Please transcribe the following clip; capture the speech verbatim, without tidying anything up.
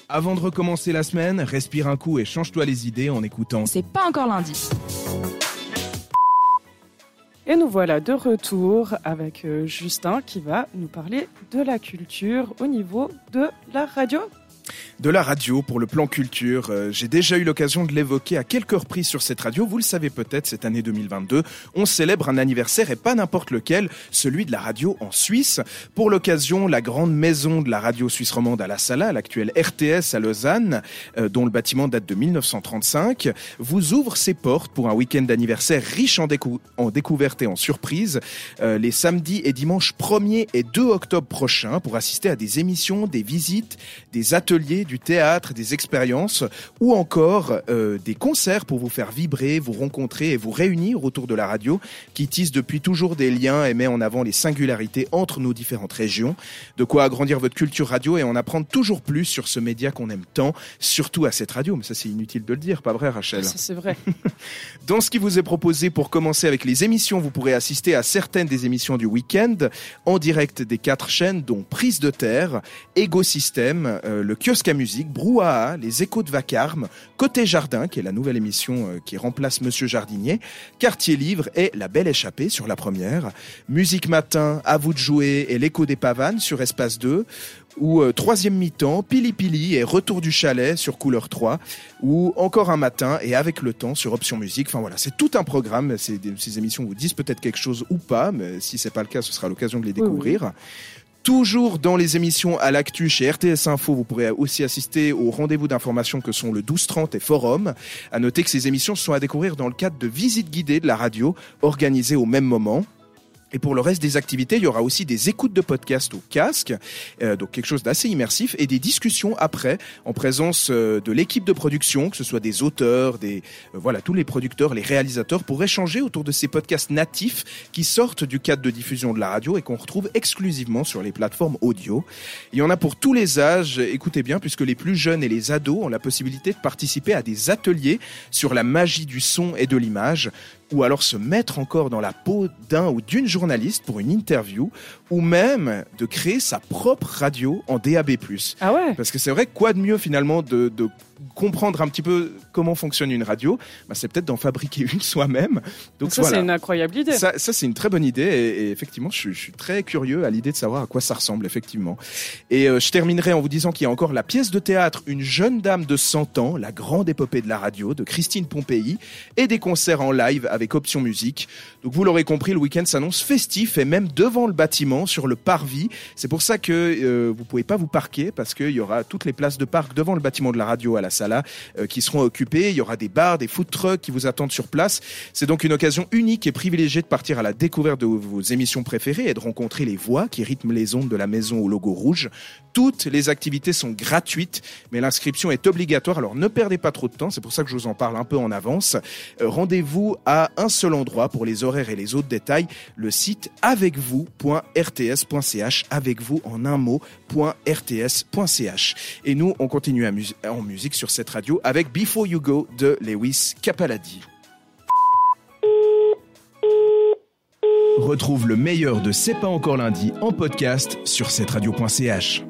Avant de recommencer la semaine, respire un coup et change-toi les idées en écoutant. C'est pas encore lundi. Et nous voilà de retour avec Justin qui va nous parler de la culture au niveau de la radio. De la radio pour le plan culture. Euh, j'ai déjà eu l'occasion de l'évoquer à quelques reprises sur cette radio. Vous le savez peut-être, cette année deux mille vingt-deux, on célèbre un anniversaire et pas n'importe lequel, celui de la radio en Suisse. Pour l'occasion, la grande maison de la radio suisse romande à La Sala, l'actuelle R T S à Lausanne, euh, dont le bâtiment date de mille neuf cent trente-cinq, vous ouvre ses portes pour un week-end d'anniversaire riche en, décou- en découvertes et en surprises, euh, les samedis et dimanches premier et deux octobre prochains pour assister à des émissions, des visites, des ateliers, du théâtre, des expériences ou encore euh, des concerts pour vous faire vibrer, vous rencontrer et vous réunir autour de la radio qui tisse depuis toujours des liens et met en avant les singularités entre nos différentes régions. De quoi agrandir votre culture radio et en apprendre toujours plus sur ce média qu'on aime tant, surtout à cette radio. Mais ça, c'est inutile de le dire, pas vrai, Rachel ? Ça, c'est vrai. Dans ce qui vous est proposé pour commencer avec les émissions, vous pourrez assister à certaines des émissions du week-end en direct des quatre chaînes, dont Prise de Terre, Écosystème, euh, le kiosque à musique, Brouhaha, les échos de Vacarme, Côté Jardin, qui est la nouvelle émission euh, qui remplace Monsieur Jardinier, Quartier Livre et La Belle Échappée sur la première, Musique Matin, À vous de jouer et l'écho des Pavanes sur Espace deux, ou euh, Troisième mi-temps, Pili Pili et Retour du Chalet sur Couleur trois, ou Encore un matin et Avec le temps sur Option Musique. Enfin voilà, c'est tout un programme. C'est des, ces émissions vous disent peut-être quelque chose ou pas, mais si c'est pas le cas, ce sera l'occasion de les découvrir. Oui, oui. Toujours dans les émissions à l'actu chez R T S Info, vous pourrez aussi assister aux rendez-vous d'information que sont le douze trente et Forum. À noter que ces émissions sont à découvrir dans le cadre de visites guidées de la radio, organisées au même moment. Et pour le reste des activités, il y aura aussi des écoutes de podcasts au casque, euh, donc quelque chose d'assez immersif, et des discussions après, en présence euh, de l'équipe de production, que ce soit des auteurs, des euh, voilà tous les producteurs, les réalisateurs, pour échanger autour de ces podcasts natifs qui sortent du cadre de diffusion de la radio et qu'on retrouve exclusivement sur les plateformes audio. Il y en a pour tous les âges, écoutez bien, puisque les plus jeunes et les ados ont la possibilité de participer à des ateliers sur la magie du son et de l'image, ou alors se mettre encore dans la peau d'un ou d'une journaliste pour une interview, ou même de créer sa propre radio en D A B plus. Ah ouais ? Parce que c'est vrai, quoi de mieux finalement de, de comprendre un petit peu comment fonctionne une radio, bah, c'est peut-être d'en fabriquer une soi-même. Donc ça, voilà. C'est une incroyable idée. Ça, ça c'est une très bonne idée et, et effectivement, je, je suis très curieux à l'idée de savoir à quoi ça ressemble, effectivement. Et euh, je terminerai en vous disant qu'il y a encore la pièce de théâtre Une jeune dame de cent ans, la grande épopée de la radio, de Christine Pompéi, et des concerts en live avec Option Musique. Donc vous l'aurez compris, le week-end s'annonce festif et même devant le bâtiment, sur le parvis. C'est pour ça que euh, vous pouvez pas vous parquer, parce qu'il y aura toutes les places de parc devant le bâtiment de la radio à la Sala euh, qui seront occupées. Il y aura des bars, des food trucks qui vous attendent sur place. C'est donc une occasion unique et privilégiée de partir à la découverte de vos émissions préférées et de rencontrer les voix qui rythment les ondes de la maison au logo rouge. Toutes les activités sont gratuites, mais l'inscription est obligatoire, alors ne perdez pas trop de temps, c'est pour ça que je vous en parle un peu en avance. Euh, rendez-vous à un seul endroit pour les horaires et les autres détails, le site avec vous point r t s point c h, avec vous en un mot, .rts point c h. Et nous, on continue à mus- en musique sur cette radio avec Before You Go de Lewis Capaldi. Retrouve le meilleur de C'est pas encore lundi en podcast sur cette radio point c h.